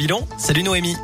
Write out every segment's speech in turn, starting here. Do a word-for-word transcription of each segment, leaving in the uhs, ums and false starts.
bilan. Salut Noémie.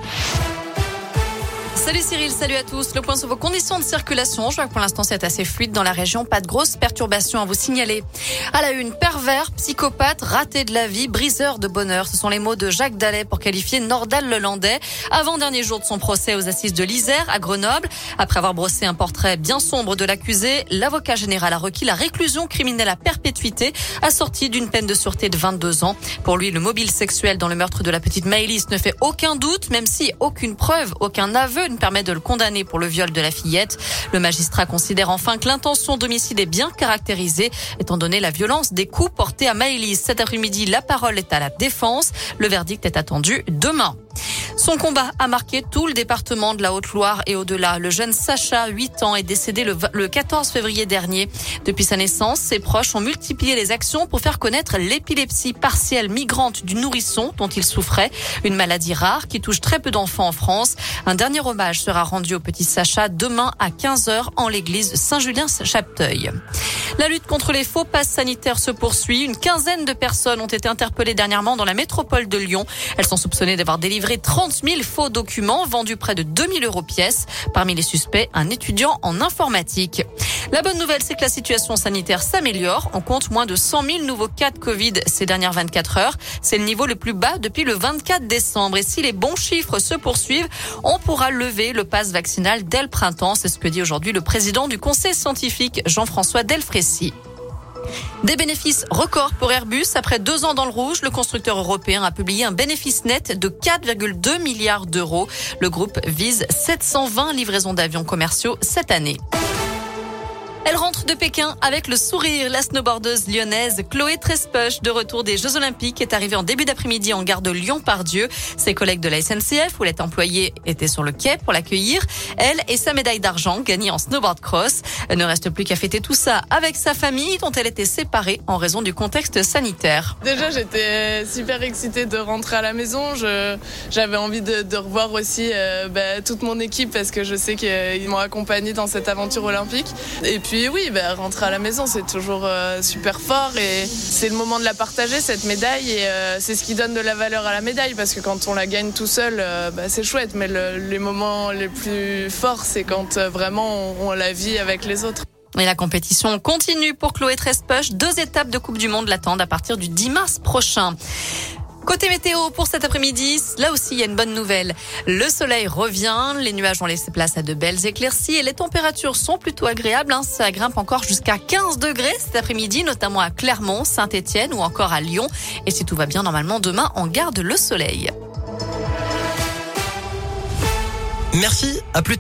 Salut Cyril, salut à tous. Le point sur vos conditions de circulation. Je vois que pour l'instant c'est assez fluide dans la région. Pas de grosses perturbations à vous signaler. À la une, pervers, psychopathe, raté de la vie, briseur de bonheur. Ce sont les mots de Jacques Dallet pour qualifier Nordal Lelandais. Avant-dernier jour de son procès aux assises de l'Isère à Grenoble. Après avoir brossé un portrait bien sombre de l'accusé, l'avocat général a requis la réclusion criminelle à perpétuité, assortie d'une peine de sûreté de vingt-deux ans. Pour lui, le mobile sexuel dans le meurtre de la petite Maëlys ne fait aucun doute, même si aucune preuve, aucun aveu ne permet de le condamner pour le viol de la fillette. Le magistrat considère enfin que l'intention d'homicide est bien caractérisée, étant donné la violence des coups portés à Maëlys. Cet après-midi, la parole est à la défense. Le verdict est attendu demain. Son combat a marqué tout le département de la Haute-Loire et au-delà. Le jeune Sacha, huit ans, est décédé le, le quatorze février dernier. Depuis sa naissance, ses proches ont multiplié les actions pour faire connaître l'épilepsie partielle migrante du nourrisson dont il souffrait. Une maladie rare qui touche très peu d'enfants en France. Un dernier hommage sera rendu au petit Sacha demain à quinze heures en l'église Saint-Julien-Chapteuil. La lutte contre les faux passes sanitaires se poursuit. Une quinzaine de personnes ont été interpellées dernièrement dans la métropole de Lyon. Elles sont soupçonnées d'avoir délivré trente mille faux documents vendus près de deux mille euros pièce. Parmi les suspects, un étudiant en informatique. La bonne nouvelle, c'est que la situation sanitaire s'améliore. On compte moins de cent mille nouveaux cas de Covid ces dernières vingt-quatre heures. C'est le niveau le plus bas depuis le vingt-quatre décembre. Et si les bons chiffres se poursuivent, on pourra lever le pass vaccinal dès le printemps. C'est ce que dit aujourd'hui le président du conseil scientifique, Jean-François Delfrécy. Des bénéfices records pour Airbus. Après deux ans dans le rouge, le constructeur européen a publié un bénéfice net de quatre virgule deux milliards d'euros. Le groupe vise sept cent vingt livraisons d'avions commerciaux cette année. Elle rentre de Pékin avec le sourire. La snowboardeuse lyonnaise Chloé Trespech, de retour des Jeux Olympiques, est arrivée en début d'après-midi en gare de Lyon-Pardieu. Ses collègues de la S N C F, où elle est employée, étaient sur le quai pour l'accueillir. Elle et sa médaille d'argent gagnée en snowboard cross. Elle ne reste plus qu'à fêter tout ça avec sa famille, dont elle était séparée en raison du contexte sanitaire. Déjà, j'étais super excitée de rentrer à la maison. Je, j'avais envie de, de revoir aussi euh, bah, toute mon équipe parce que je sais qu'ils m'ont accompagnée dans cette aventure olympique. Et puis oui, bah, rentrer à la maison, c'est toujours euh, super fort et c'est le moment de la partager, cette médaille, et euh, c'est ce qui donne de la valeur à la médaille, parce que quand on la gagne tout seul, euh, bah, c'est chouette, mais le, les moments les plus forts, c'est quand euh, vraiment on, on la vit avec les autres. Et la compétition continue pour Chloé Trespech. Deux étapes de Coupe du Monde l'attendent à partir du dix mars prochain. Côté météo, pour cet après-midi, là aussi, il y a une bonne nouvelle. Le soleil revient, les nuages ont laissé place à de belles éclaircies et les températures sont plutôt agréables. Hein. Ça grimpe encore jusqu'à quinze degrés cet après-midi, notamment à Clermont, Saint-Étienne ou encore à Lyon. Et si tout va bien, normalement, demain, on garde le soleil. Merci, à plus tard.